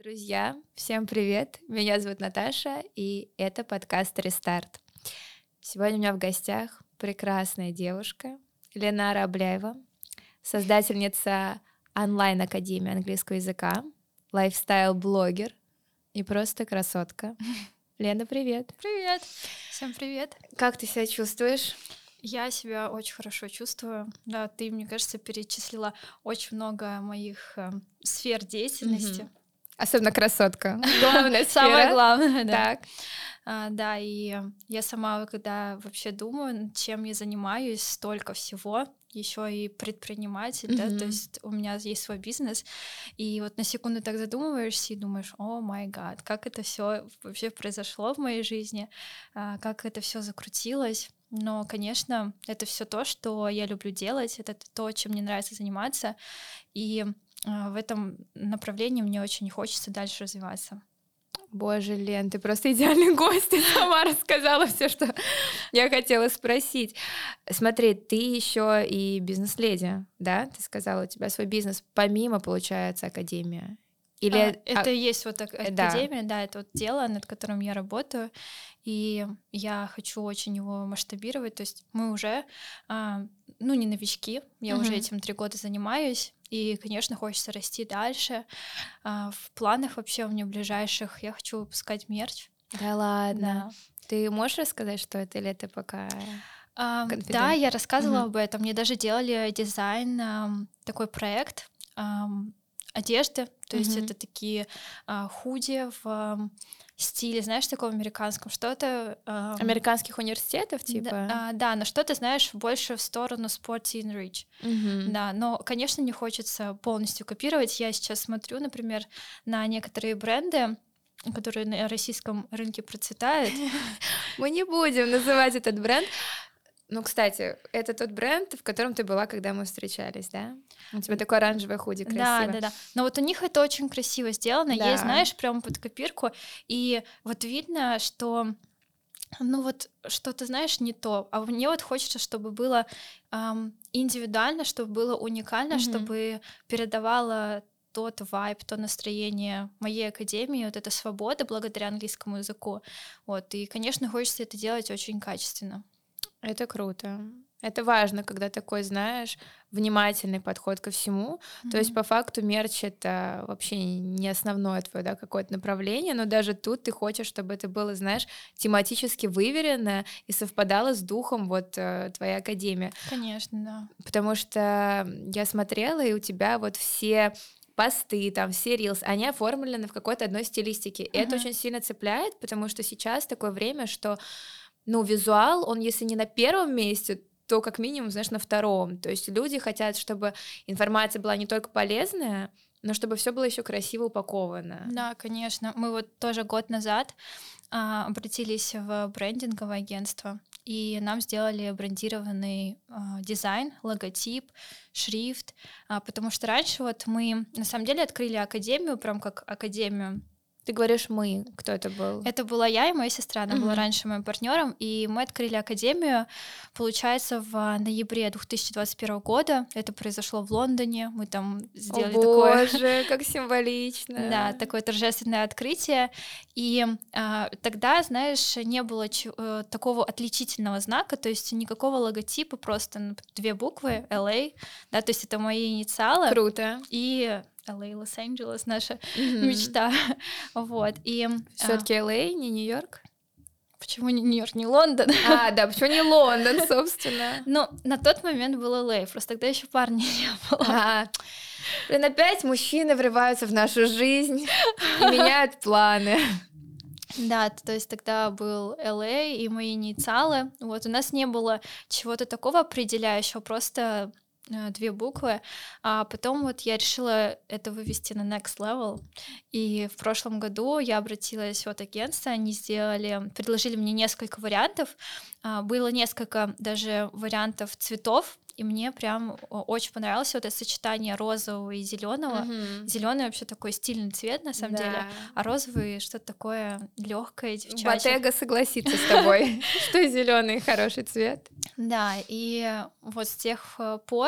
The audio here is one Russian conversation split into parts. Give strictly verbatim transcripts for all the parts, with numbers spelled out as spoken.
Друзья, всем привет! Меня зовут Наташа, и это подкаст «Рестарт». Сегодня у меня в гостях прекрасная девушка Ленара Абляева, создательница онлайн-академии английского языка, лайфстайл-блогер и просто красотка. Лена, привет! Привет! Всем привет! Как ты себя чувствуешь? Я себя очень хорошо чувствую. Да, ты, мне кажется, перечислила очень много моих э, сфер деятельности. Мгм. Особенно красотка. Главная сфера. Самое главное, да. Так. А, да, и я сама, когда вообще думаю, над чем я занимаюсь, столько всего, еще и предприниматель, да, то Мгм. есть у меня есть свой бизнес, и вот на секунду так задумываешься и думаешь, о май гад, как это все вообще произошло в моей жизни, а, как это все закрутилось. Но, конечно, это все то, что я люблю делать, это то, чем мне нравится заниматься, и а, в этом направлении мне очень хочется дальше развиваться. Боже, Лен, ты просто идеальный гость, ты сама рассказала все, что я хотела спросить. Смотри, ты еще и бизнес-леди, да? Ты сказала, у тебя свой бизнес, помимо, получается, академия. А, Или... а, это и есть вот ак- э, да. академия, да, это вот дело, над которым я работаю, и я хочу очень его масштабировать. То есть мы уже, а, ну, не новички, я уже Мгм. этим три года занимаюсь, и, конечно, хочется расти дальше. А, в планах вообще у меня ближайших я хочу выпускать мерч. Да ладно. Да. Ты можешь рассказать, что это, или это пока А, да, конфиденциально? я рассказывала Мгм. об этом. Мне даже делали дизайн, ам, такой проект ам, одежды. То есть Мгм. это такие а, худи в ам, стиле, знаешь, таком американском. Что-то... ам, Американских университетов, да, типа? а, да, но что-то, знаешь, больше в сторону sporty and rich. Мгм. Да, но, конечно, не хочется полностью копировать. Я сейчас смотрю, например, на некоторые бренды, которые на российском рынке процветают. Мы не будем называть этот бренд. Ну, кстати, это тот бренд, в котором ты была, когда мы встречались, да? У тебя такое оранжевое худи Да, красивое. да, да. Но вот у них это очень красиво сделано. Есть, Да. знаешь, прямо под копирку. И вот видно, что, ну вот что-то, знаешь, не то. А мне вот хочется, чтобы было ам, индивидуально, чтобы было уникально, Мгм. чтобы передавало тот вайб, то настроение моей академии, вот эта свобода благодаря английскому языку. Вот. И, конечно, хочется это делать очень качественно. Это круто. Это важно, когда такой, знаешь, внимательный подход ко всему. То есть, Мгм. по факту, мерч — это вообще не основное твое, да, какое-то направление, но даже тут ты хочешь, чтобы это было, знаешь, тематически выверено и совпадало с духом вот э, твоей академии. Конечно, да. Потому что я смотрела, и у тебя вот все посты, там, все рилс, они оформлены в какой-то одной стилистике. И это Мгм. очень сильно цепляет, потому что сейчас такое время, что, ну, визуал, он, если не на первом месте, то как минимум, знаешь, на втором. То есть люди хотят, чтобы информация была не только полезная, но чтобы все было еще красиво упаковано. Да, конечно. Мы вот тоже год назад а, обратились в брендинговое агентство, и нам сделали брендированный а, дизайн, логотип, шрифт, а, потому что раньше вот мы на самом деле открыли академию, прям как академию. Ты говоришь «мы», кто это был? Это была я и моя сестра, она была Мгм. раньше моим партнером, и мы открыли академию, получается, в ноябре две тысячи двадцать первого года. Это произошло в Лондоне, мы там О сделали такое боже, как Да, символично. такое торжественное открытие. И а, тогда, знаешь, не было чё- э, такого отличительного знака, то есть никакого логотипа, просто н- две буквы Л А, да, то есть это мои инициалы Круто. и Л А, Лос-Анджелес, наша Мгм. мечта. Вот. И а, Все-таки Л А, не Нью-Йорк? почему не Нью-Йорк, не Лондон? А, да, почему не Лондон, собственно? Ну, на тот момент был Л А, просто тогда еще парня не было. А, блин, опять мужчины врываются в нашу жизнь и меняют планы. Да, т- то есть тогда был Л А и мои инициалы. Вот у нас не было чего-то такого определяющего, просто э, две буквы. А потом вот я решила это вывести на next level. И в прошлом году я обратилась в вот агентство, они сделали, предложили мне несколько вариантов. А, Было несколько даже вариантов цветов. И мне прям о- очень понравилось вот это сочетание розового и зеленого. Мгм. Зеленый вообще такой стильный цвет на самом деле, Да. а розовый что-то такое легкое, девчачье. Ботега согласится с тобой, что зеленый хороший цвет. Да, и вот с тех э, пор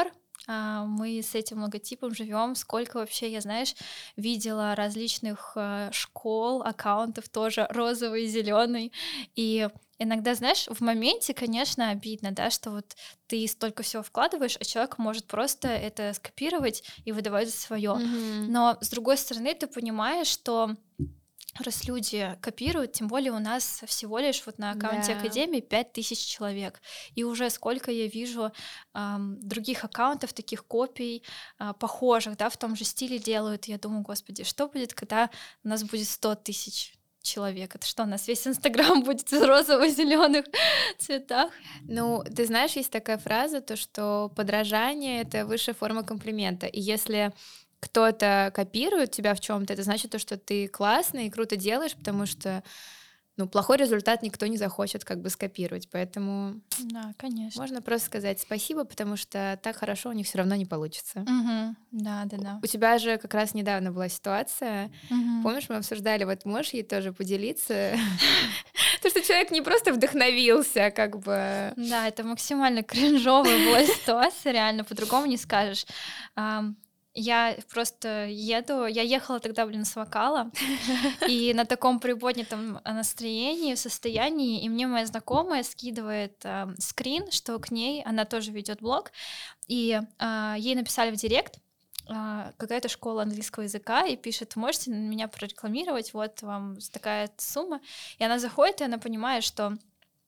а, мы с этим логотипом живем. Сколько вообще, я, знаешь, видела различных э, школ, аккаунтов тоже розовый, зеленый. И иногда, знаешь, в моменте, конечно, обидно, да, что вот ты столько всего вкладываешь, а человек может просто это скопировать и выдавать за свое. Мгм. Но с другой стороны, ты понимаешь, что раз люди копируют, тем более у нас всего лишь вот на аккаунте Да. Академии пять тысяч человек. И уже сколько я вижу ам, других аккаунтов, таких копий, а, похожих, да, в том же стиле делают. И я думаю, господи, что будет, когда у нас будет сто тысяч человек? Это что, у нас весь Инстаграм будет в розово-зеленых цветах? Ну, ты знаешь, есть такая фраза, то, что подражание — это высшая форма комплимента. И если кто-то копирует тебя в чем-то, это значит то, что ты классный и круто делаешь, потому что, ну, плохой результат никто не захочет как бы скопировать. Поэтому Да, конечно. можно просто сказать спасибо, потому что так хорошо у них все равно не получится. Мгм. Да, да, да. У тебя же как раз недавно была ситуация. Мгм. Помнишь, мы обсуждали, вот можешь ей тоже поделиться? То, что человек не просто вдохновился, как бы. Да, это максимально кринжовая была ситуация, реально, по-другому не скажешь. Ам, Я просто еду, я ехала тогда, блин, с вокала, и на таком приподнятом а, настроении, состоянии, и мне моя знакомая скидывает ам, скрин, что к ней, она тоже ведет блог, и а, ей написали в директ а, какая-то школа английского языка и пишет, можете меня прорекламировать, вот вам такая сумма. И она заходит, и она понимает, что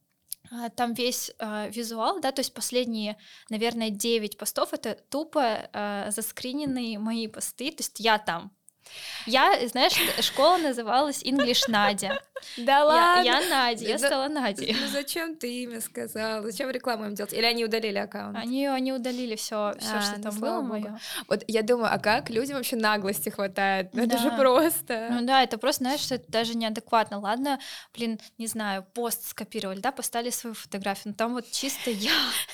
а, там весь а, визуал, да, то есть последние, наверное, девять постов — это тупо а, заскриненные мои посты, то есть я там. Я, знаешь, т- школа называлась English Надя. Да Я, ладно. я Надя, я Да- стала Надей. Ну зачем ты имя сказал? Зачем рекламу им делать? Или они удалили аккаунт? Они, они удалили все, все, А, что ну там слава было богу. мое. Вот я думаю, а как людям вообще наглости хватает? Ну это же Да. просто. Ну да, это просто, знаешь, что это даже неадекватно. Ладно, блин, не знаю, пост скопировали, да, поставили свою фотографию, но там вот чисто я.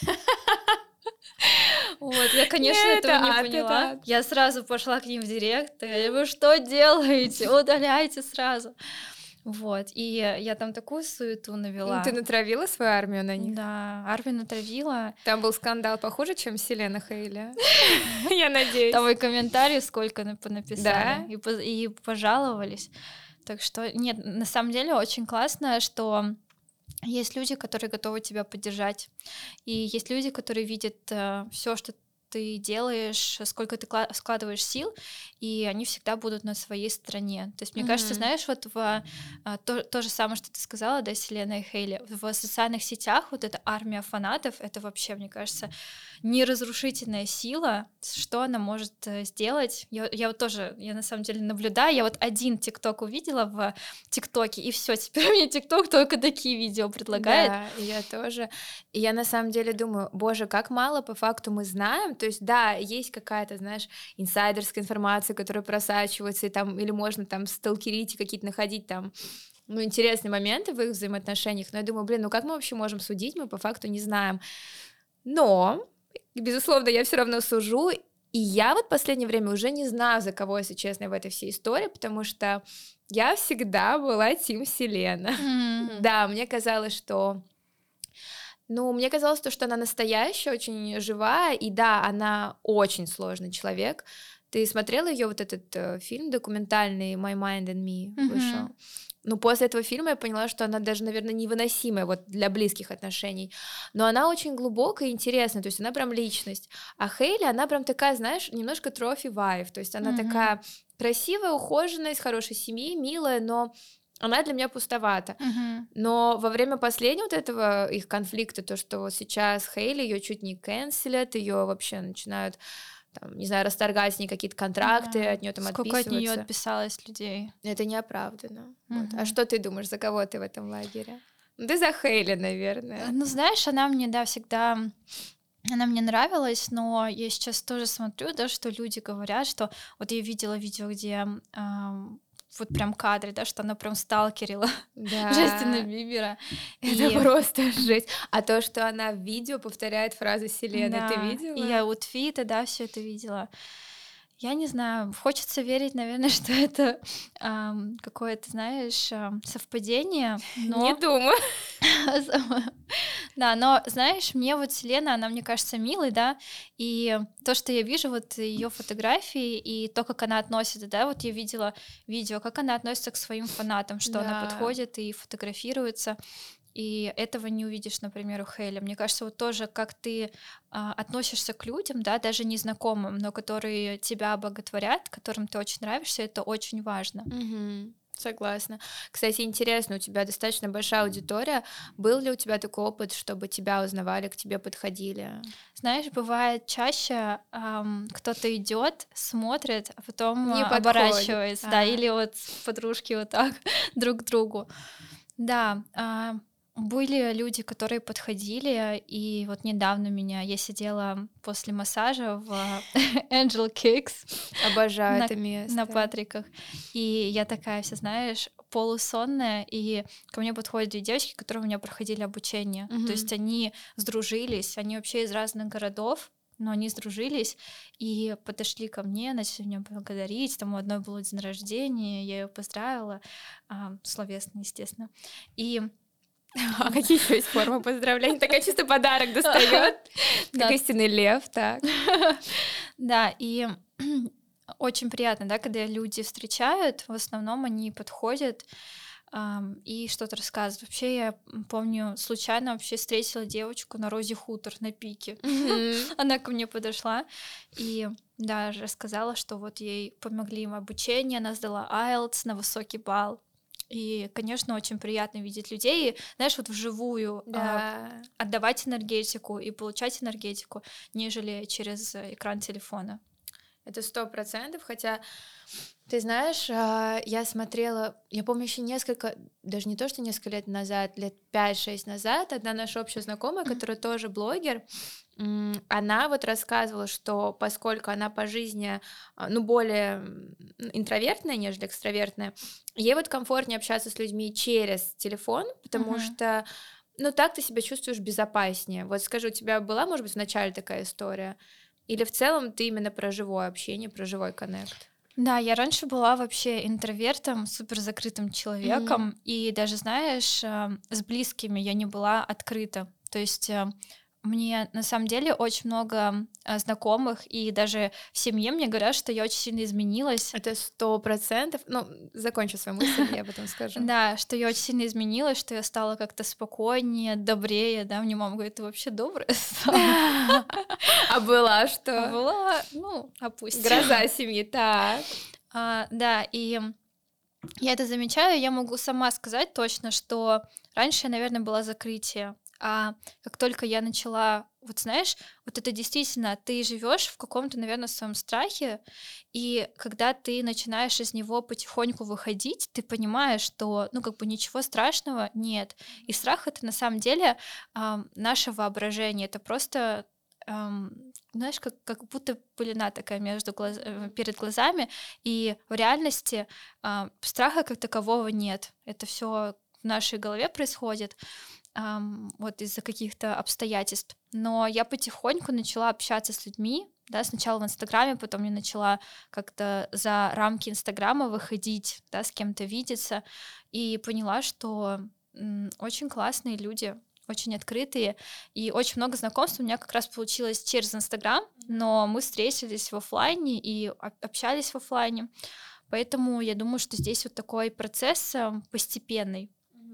Вот, я, конечно, Нет, этого это не ад, поняла. это ад. Я сразу пошла к ним в директ, и я говорю, вы что делаете? Удаляйте сразу. Вот, и я там такую суету Ну, навела. ты натравила свою армию на них? Да, армию натравила. Там был скандал похуже, чем Селена Хейли. Я Там надеюсь. и комментарии сколько нап- написали, Да? и, поз- и пожаловались. Так что, нет, на самом деле очень классно, что есть люди, которые готовы тебя поддержать, и есть люди, которые видят все, что ты делаешь, сколько ты кла- складываешь сил, и они всегда будут на своей стороне. То есть, мне кажется, Мгм. знаешь, вот в а, то, то же самое, что ты сказала, да, Селена и Хейли, в социальных сетях вот эта армия фанатов, это вообще, мне кажется, неразрушительная сила, что она может э, сделать. Я, я вот тоже, я на самом деле наблюдаю, я вот один ТикТок увидела в ТикТоке, и все, теперь мне ТикТок только такие видео предлагает. Да, и я тоже. И я на самом деле думаю, боже, как мало по факту мы знаем. То есть, да, есть какая-то, знаешь, инсайдерская информация, которая просачивается, и там, или можно там сталкерить и какие-то находить там, ну, интересные моменты в их взаимоотношениях. Но я думаю, блин, ну как мы вообще можем судить? Мы по факту не знаем. Но, безусловно, я все равно сужу. И я вот в последнее время уже не знаю, за кого, если честно, в этой всей истории, потому что я всегда была тим Селена. М. Да, мне казалось, что... Ну, мне казалось, то, что она настоящая, очень живая, и да, она очень сложный человек. Ты смотрела ее вот этот э, фильм документальный «My Mind and Me» Мгм. вышел? Ну, после этого фильма я поняла, что она даже, наверное, невыносимая вот для близких отношений. Но она очень глубокая и интересная, то есть она прям личность. А Хейли, она прям такая, знаешь, немножко трофи-вайф, то есть она Мгм. такая красивая, ухоженная, из хорошей семьи, милая, но она для меня пустовата. Мгм. Но во время последнего вот этого их конфликта, то, что вот сейчас Хейли ее чуть не канцелят, ее вообще начинают, там, не знаю, расторгать с ней какие-то контракты, Да. от нее там Сколько от нее отписываются. отписалось людей. Это неоправданно. Вот. А Мгм. что ты думаешь, за кого ты в этом лагере? Ну, ты за Хейли, Э, наверное. Ну, знаешь, она мне, да, всегда... Она мне нравилась, но я сейчас тоже смотрю, да, что люди говорят, что... Вот я видела видео, где ам, вот прям кадры, да, что она прям сталкерила Джастина Да, Бибера. это И просто жесть. А то, что она в видео повторяет фразы Селены, ты да, и видела? я аутфиты, да, все это видела. Я не знаю, хочется верить, наверное, что это ам, какое-то, знаешь, ам, совпадение, Не но... думаю. Да, но, знаешь, мне вот Селена, она, мне кажется, милой, да, и то, что я вижу, вот ее фотографии и то, как она относится, да, вот я видела видео, как она относится к своим фанатам, что она Да. подходит и фотографируется, и этого не увидишь, например, у Хейли. Мне кажется, вот тоже, как ты а, относишься к людям, да, даже незнакомым, но которые тебя боготворят, которым ты очень нравишься, это очень важно. Мгм. Согласна. Кстати, интересно, у тебя достаточно большая аудитория. Был ли у тебя такой опыт, чтобы тебя узнавали, к тебе подходили? Знаешь, бывает чаще ам, кто-то идет, смотрит, а потом Не а, подходит. оборачивается, да, А. или вот подружки вот так друг к другу. Да, а, были люди, которые подходили, и вот недавно меня, я сидела после массажа в Angel Kicks Обожаю на, это на место. Патриках, и я такая вся, знаешь, полусонная, и ко мне подходят две девочки, которые у меня проходили обучение. Мгм. То есть они сдружились, они вообще из разных городов, но они сдружились и подошли ко мне, начали меня благодарить. Там у одной был день рождения, я ее поздравила, а, словесно, естественно. И А какие еще есть формы поздравлений? Такая чисто подарок достает. Как да, истинный лев, так. да, и очень приятно, да, когда люди встречают, в основном они подходят ам, и что-то рассказывают. Вообще я м, помню, случайно вообще встретила девочку на Розе Хутор на пике. Мгм. Она ко мне подошла и да, рассказала, что вот ей помогли в обучении, она сдала айлтс на высокий балл. И, конечно, очень приятно видеть людей, и, знаешь, вот вживую а, Да. отдавать энергетику и получать энергетику, нежели через э, экран телефона. Это сто процентов, хотя, ты знаешь, а, я смотрела, я помню еще несколько, даже не то, что несколько лет назад, лет пять-шесть назад, одна наша общая знакомая, Мгм. которая тоже блогер, м, она вот рассказывала, что поскольку она по жизни, а, ну, более м, интровертная, нежели экстравертная, ей вот комфортнее общаться с людьми через телефон, потому Мгм. что, ну, так ты себя чувствуешь безопаснее. Вот скажи, у тебя была, может быть, в начале такая история? Или в целом ты именно про живое общение, про живой коннект? Да, я раньше была вообще интровертом, супер закрытым Мгм. человеком, и даже, знаешь, э, с близкими я не была открыта. То есть э, мне на самом деле очень много э, знакомых, и даже в семье мне говорят, что я очень сильно изменилась. Это сто процентов. Ну, закончу свою мысль, я потом скажу. Да, что я очень сильно изменилась, что я стала как-то спокойнее, добрее, да, мне мама говорит, ты вообще добрая стала. А была А что? была, ну, опустим. Гроза семьи, так. А, да, и я это замечаю, я могу сама сказать точно, что раньше я, наверное, была закрытие, а как только я начала, вот знаешь, вот это действительно, ты живешь в каком-то, наверное, своем страхе, и когда ты начинаешь из него потихоньку выходить, ты понимаешь, что, ну, как бы ничего страшного нет. И страх это на самом деле ам, наше воображение, это просто ам, знаешь, как, как будто пелена такая между глаз- э, перед глазами, и в реальности а, страха как такового нет. Это все в нашей голове происходит ам, вот из-за каких-то обстоятельств. Но я потихоньку начала общаться с людьми, да, сначала в Инстаграме, потом я начала как-то за рамки Инстаграма выходить, да, с кем-то видеться, и поняла, что м, очень классные люди, очень открытые, и очень много знакомств у меня как раз получилось через Инстаграм, но мы встретились в оффлайне и об- общались в оффлайне, поэтому я думаю, что здесь вот такой процесс э, постепенный.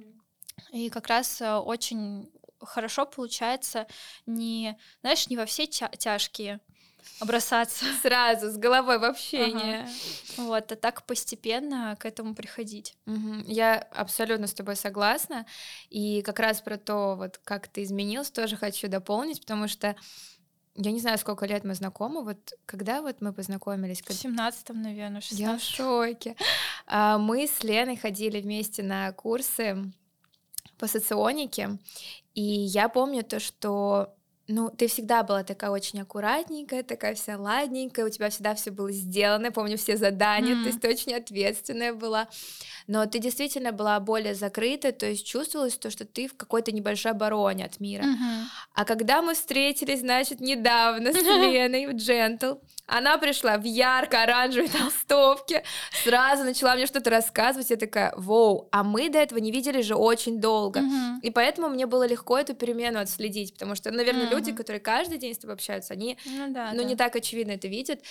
И как раз э, очень хорошо получается не, знаешь, не во все тя- тяжкие бросаться. Сразу, с головой в Ага. общение. Вот, а так постепенно к этому приходить. Мгм. Я абсолютно с тобой согласна. И как раз про то, вот как ты изменился, тоже хочу дополнить, потому что я не знаю, сколько лет мы знакомы. Вот когда вот мы познакомились? В Когда- семнадцатом, наверное, Я в шестнадцатом. шоке. А, Мы с Леной ходили вместе на курсы по соционике, и я помню то, что, ну, ты всегда была такая очень аккуратненькая, такая вся ладненькая, у тебя всегда все было сделано, я помню все задания, то есть М, ты очень ответственная была, но ты действительно была более закрыта, то есть чувствовалось то, что ты в какой-то небольшой обороне от мира. мгм. А когда мы встретились, значит, недавно с Леной в Джентл, Она пришла в ярко-оранжевой толстовке, сразу начала мне что-то рассказывать, я такая, воу, а мы до этого не видели же очень долго, Мгм. и поэтому мне было легко эту перемену отследить, потому что, наверное, люди, Мгм. которые каждый день с тобой общаются, они, Ну да, ну, не да. так очевидно это видят,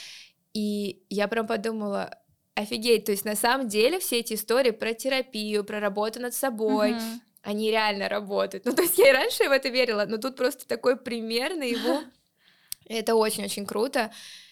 и я прям подумала, офигеть, то есть на самом деле все эти истории про терапию, про работу над собой, Мгм. они реально работают. Ну, то есть я и раньше в это верила, но тут просто такой пример наяву. И это очень-очень круто.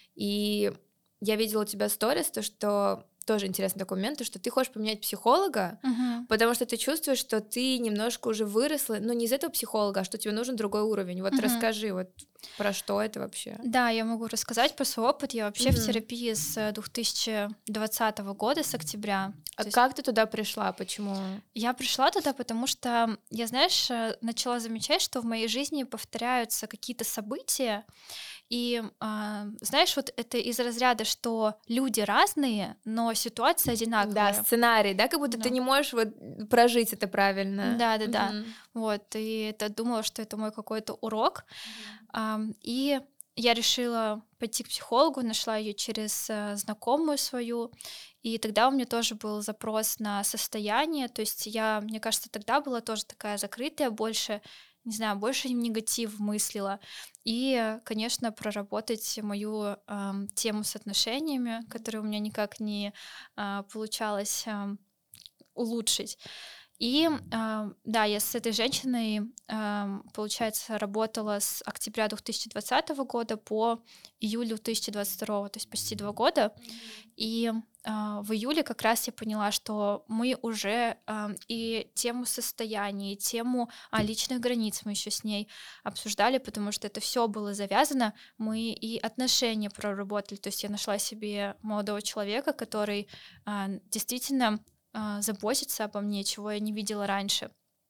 И я видела у тебя сторис, то, что тоже интересный такой момент, то, что ты хочешь поменять психолога, Мгм. потому что ты чувствуешь, что ты немножко уже выросла, ну, не из этого психолога, а что тебе нужен другой уровень. Вот Мгм. расскажи, вот про что это вообще? Да, я могу рассказать про свой опыт. Я вообще в Мгм. терапии с э, две тысячи двадцатого года, с октября. А То есть как ты туда пришла? Почему? я пришла туда, потому что я, знаешь, э, начала замечать, что в моей жизни повторяются какие-то события. И, а, знаешь, вот это из разряда, что люди разные, но ситуация Да, одинаковая. сценарий, да, как будто ты Да. не можешь вот прожить это правильно. Да-да-да. Мгм. Вот, и это думала, что это мой какой-то урок. Мгм. Ам, и я решила пойти к психологу, нашла ее через э, знакомую свою, и тогда у меня тоже был запрос на состояние, то есть я, мне кажется, тогда была тоже такая закрытая, больше, не знаю, больше в негатив мыслила, и, э, конечно, проработать мою ам, тему с отношениями, которая у меня никак не а, получалось ам, улучшить. И, а, да, я с этой женщиной, ам, получается, работала с октября две тысячи двадцатого года по июль две тысячи двадцать второго, то есть почти два года. И а, в июле как раз я поняла, что мы уже ам, и тему состояния, и тему а, личных границ мы еще с ней обсуждали, потому что это все было завязано. Мы и отношения проработали. То есть я нашла себе молодого человека, который а, действительно а, заботится обо мне, чего я не видела раньше.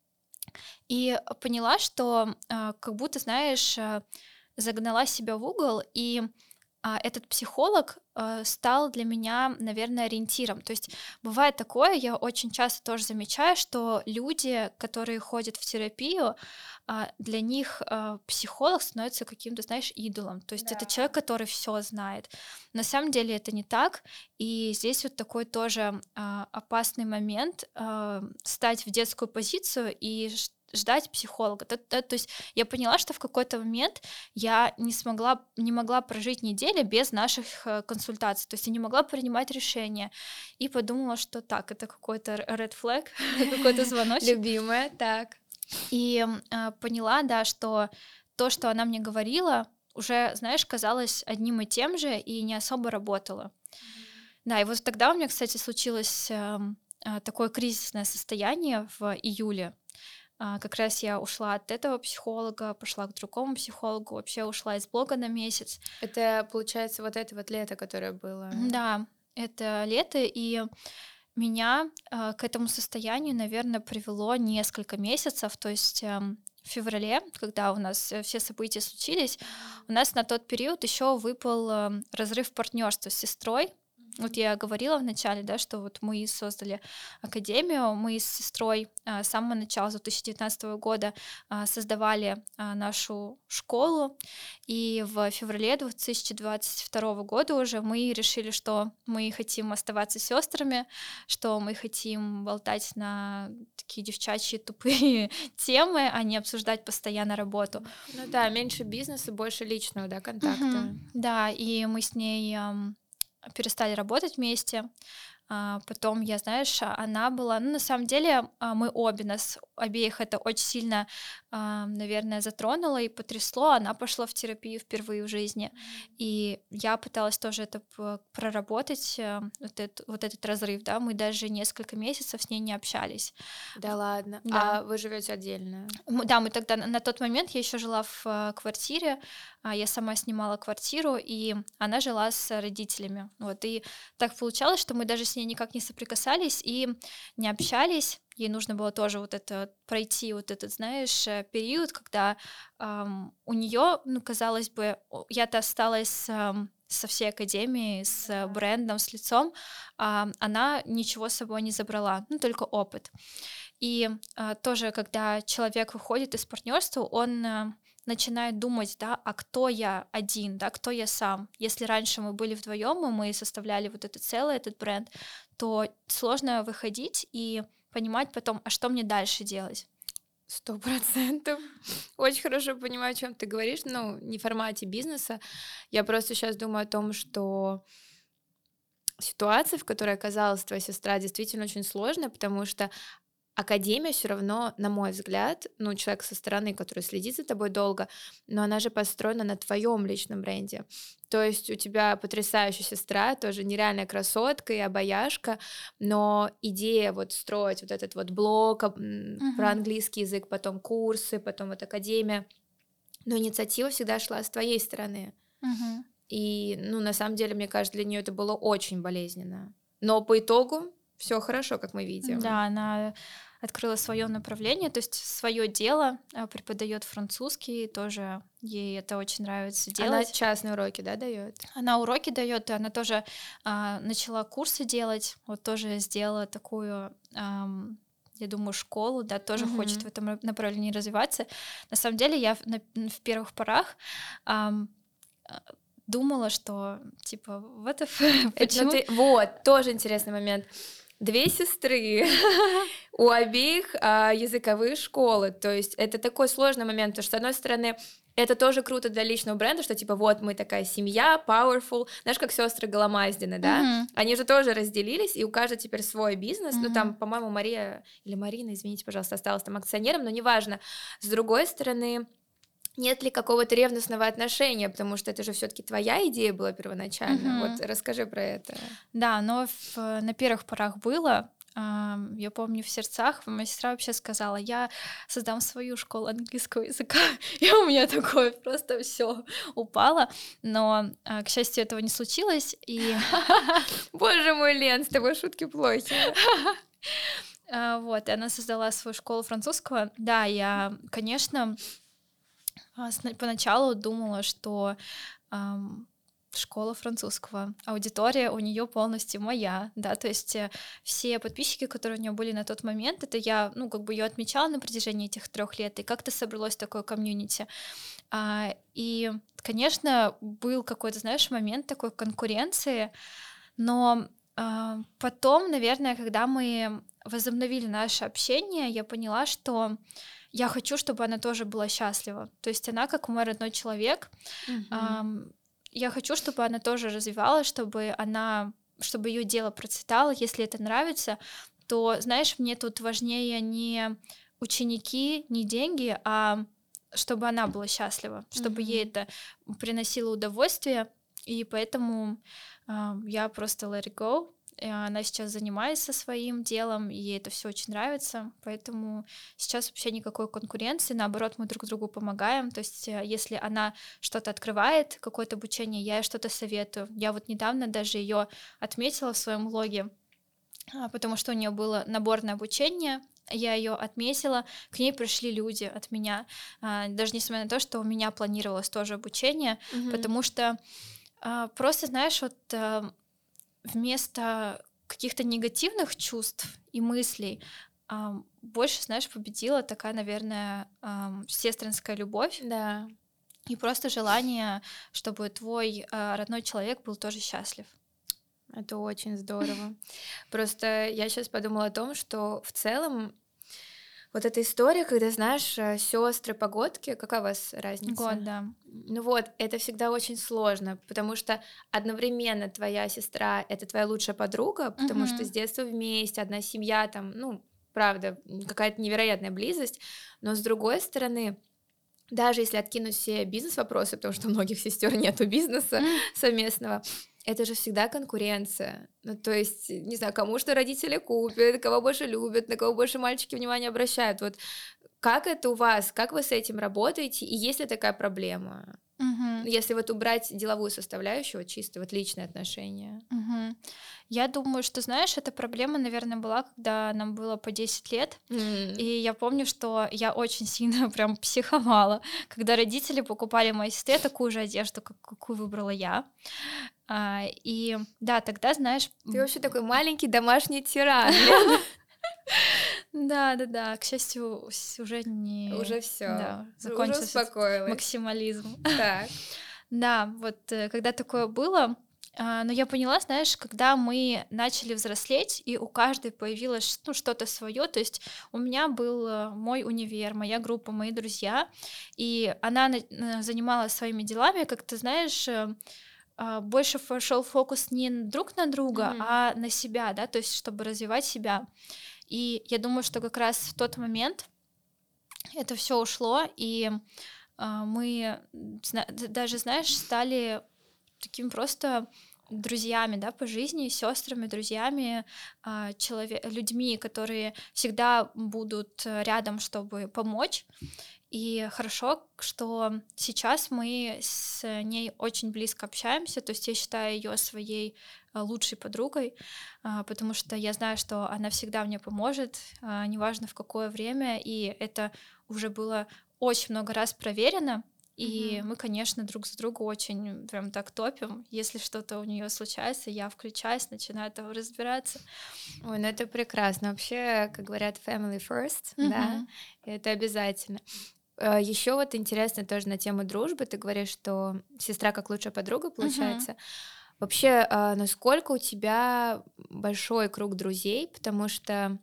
И поняла, что а, как будто, знаешь, а, загнала себя в угол, и а, этот психолог а, стал для меня, наверное, ориентиром. То есть бывает такое, я очень часто тоже замечаю, что люди, которые ходят в терапию, а, для них а, психолог становится каким-то, знаешь, идолом. То есть это Да. человек, который все знает. На самом деле это не так. И здесь вот такой тоже а, опасный момент а, стать в детскую позицию и ж- ждать психолога. То, то- то есть я поняла, что в какой-то момент я не смогла, не могла прожить неделю без наших э, консультаций. То есть я не могла принимать решения. И подумала, что так, это какой-то р- red flag, какой-то звоночек. Любимая, так. И м, а, поняла, да, что то, что она мне говорила, уже, знаешь, казалось одним и тем же и не особо работало. Да, и вот тогда у меня, кстати, случилось эм, а, такое кризисное состояние в июле. А, Как раз я ушла от этого психолога, пошла к другому психологу, вообще ушла из блога на месяц. Это, получается, вот это вот лето, которое было. Да, это лето, и меня а, к этому состоянию, наверное, привело несколько месяцев. То есть эм, в феврале, когда у нас э, все события случились, у нас на тот период еще выпал эм, разрыв партнерства с сестрой. Вот я говорила в начале, да, что вот мы создали академию, мы с сестрой а, с самого начала, с две тысячи девятнадцатого года а, создавали а, нашу школу, и в феврале две тысячи двадцать второго года уже мы решили, что мы хотим оставаться сестрами, что мы хотим болтать на такие девчачьи тупые темы, а не обсуждать постоянно работу. Ну да, меньше бизнеса, больше личного, да, контакта. Мгм. Да, и мы с ней ам, перестали работать вместе. А, потом я, знаешь, а, она была, ну, на самом деле, а, мы обе, нас обеих это очень сильно, а, наверное, затронуло и потрясло. Она пошла в терапию впервые в жизни, и я пыталась тоже это п- проработать, э, вот, этот, вот этот разрыв, да, мы даже несколько месяцев с ней не общались. Да ладно. Да. А вы живете отдельно? М, Да, мы тогда на на тот момент я еще жила в э, квартире, а, я сама снимала квартиру, и она жила с родителями. Вот, и так получалось, что мы даже с ней никак не соприкасались и не общались. Ей нужно было тоже вот это пройти вот этот, знаешь, э, период, когда ам, у нее, ну, казалось бы, о, я-то осталась ам, со всей академией, с э, Да. брендом, с лицом, а она ничего с собой не забрала, ну, только опыт. И а, тоже, когда человек выходит из партнерства, он а, начинает думать, да, а кто я один, да, кто я сам. Если раньше мы были вдвоем, и мы составляли вот это целое, этот бренд, то сложно выходить и понимать потом, а что мне дальше делать. Сто процентов. Очень хорошо понимаю, о чем ты говоришь. Ну, не в формате бизнеса. Я просто сейчас думаю о том, что ситуация, в которой оказалась твоя сестра, действительно очень сложная, потому что академия все равно, на мой взгляд, ну, человек со стороны, который следит за тобой долго, но она же построена на твоем личном бренде. То есть у тебя потрясающая сестра, тоже нереальная красотка и обаяшка, но идея вот строить вот этот вот блог м, Мгм. про английский язык, потом курсы, потом вот академия, но инициатива всегда шла с твоей стороны. Мгм. И, ну, на самом деле, мне кажется, для нее это было очень болезненно. Но по итогу все хорошо, как мы видим. Да, она открыла свое направление, то есть свое дело, а, преподает французский, тоже ей это очень нравится Она делать. частные уроки, да, дает? Она уроки дает, и она тоже а, начала курсы делать, вот тоже сделала такую, ам, я думаю, школу, да, тоже хочет в этом ра- направлении развиваться. На самом деле я в, на- в первых порах ам, а, думала, что типа вот это Это, ну, почему. ты- Вот, тоже интересный момент. Две сестры, у обеих а, языковые школы, то есть это такой сложный момент, потому что, с одной стороны, это тоже круто для личного бренда, что типа вот мы такая семья, powerful, знаешь, как сестры Голомаздины, да? Мгм, Они же тоже разделились, и у каждой теперь свой бизнес, ну там, мгм. по-моему, Мария или Марина, извините, пожалуйста, осталась там акционером, но неважно. С другой стороны, нет ли какого-то ревностного отношения, потому что это же все-таки твоя идея была первоначально. Вот Мгм. расскажи про это. Да, но в, э, на первых порах было. Ам, Я помню, в сердцах моя сестра вообще сказала, я создам свою школу английского языка, и у меня такое просто все упало. Но, а, к счастью, этого не случилось, и Боже мой, Лен, с тобой шутки плохие. а, вот, и она создала свою школу французского. Да, я, конечно, а, сна- поначалу думала, что ам, школа французского, аудитория у нее полностью моя, да, то есть э, все подписчики, которые у нее были на тот момент, это я, ну, как бы ее отмечала на протяжении этих трех лет, и как-то собралось такое комьюнити. А, и, конечно, был какой-то, знаешь, момент такой конкуренции, но а, потом, наверное, когда мы возобновили наше общение, я поняла, что я хочу, чтобы она тоже была счастлива. То есть она, как мой родной человек, Мгм. ам, я хочу, чтобы она тоже развивалась, чтобы она, чтобы ее дело процветало. Если это нравится, то, знаешь, мне тут важнее не ученики, не деньги, а чтобы она была счастлива, чтобы ей Мгм. это приносило удовольствие. И поэтому а, я просто let it go. И она сейчас занимается своим делом, и ей это все очень нравится, поэтому сейчас вообще никакой конкуренции, наоборот, мы друг другу помогаем. То есть, э, если она что-то открывает, какое-то обучение, я ей что-то советую. Я вот недавно даже ее отметила в своем блоге, а, потому что у нее было наборное обучение. Я ее отметила, к ней пришли люди от меня, а, даже несмотря на то, что у меня планировалось тоже обучение, Мгм. потому что а, просто, знаешь, вот а, вместо каких-то негативных чувств и мыслей ам, больше, знаешь, победила такая, наверное, ам, сестринская любовь Да, и просто желание, чтобы твой а, родной человек был тоже счастлив. это очень здорово. Просто я сейчас подумала о том, что в целом вот эта история, когда, знаешь, сестры погодки, какая у вас Год, разница? да. Ну вот, это всегда очень сложно, потому что одновременно твоя сестра — это твоя лучшая подруга, потому что с Мгм. детства вместе, одна семья, там, ну, правда, м, какая-то невероятная близость, но с другой стороны, даже если откинуть все бизнес-вопросы, потому что у многих сестер нету бизнеса М, совместного, это же всегда конкуренция. Ну, то есть, не знаю, кому что родители купят, кого больше любят, на кого больше мальчики внимание обращают. Вот как это у вас? Как вы с этим работаете? И есть ли такая проблема? мгм. Если вот убрать деловую составляющую, вот чисто вот личные отношения. Мгм. Я думаю, что, знаешь, эта проблема, наверное, была, когда нам было по десять лет. И М. я помню, что я очень сильно прям психовала, когда родители покупали моей сестре такую же одежду, как какую выбрала я. А, и да, тогда, знаешь, Ты м, вообще такой маленький домашний тиран, Лен. Да-да-да, к счастью, с уже не Уже все, да, уже закончился этот успокоилась. максимализм. Так. Да, вот, э, когда такое было, а, но я поняла, знаешь, когда мы начали взрослеть, и у каждой появилось, ну, что-то свое. То есть у меня был, э, мой универ, моя группа, мои друзья, и она на э, занималась своими делами. Как ты знаешь, э, а, больше пошел фокус не н друг на друга, Мгм. а на себя, да, то есть чтобы развивать себя. И я думаю, что как раз в тот момент это все ушло, и, а, мы, м, зна д даже, знаешь, стали такими просто друзьями, да, по жизни, сестрами, друзьями, а, челове людьми, которые всегда будут, э, рядом, чтобы помочь. И хорошо, что сейчас мы с ней очень близко общаемся, то есть я считаю ее своей а, лучшей подругой, а, потому что я знаю, что она всегда мне поможет, а, неважно в какое время, и это уже было очень много раз проверено. И Мгм. мы, конечно, друг с другом очень прям так топим. Если что-то у нее случается, я включаюсь, начинаю там разбираться. Ой, ну это прекрасно. Вообще, как говорят, family first, да, Мгм. это обязательно. Еще вот интересно тоже на тему дружбы. Ты говоришь, что сестра как лучшая подруга Мгм. получается. Вообще, а, насколько у тебя большой круг друзей? Потому что,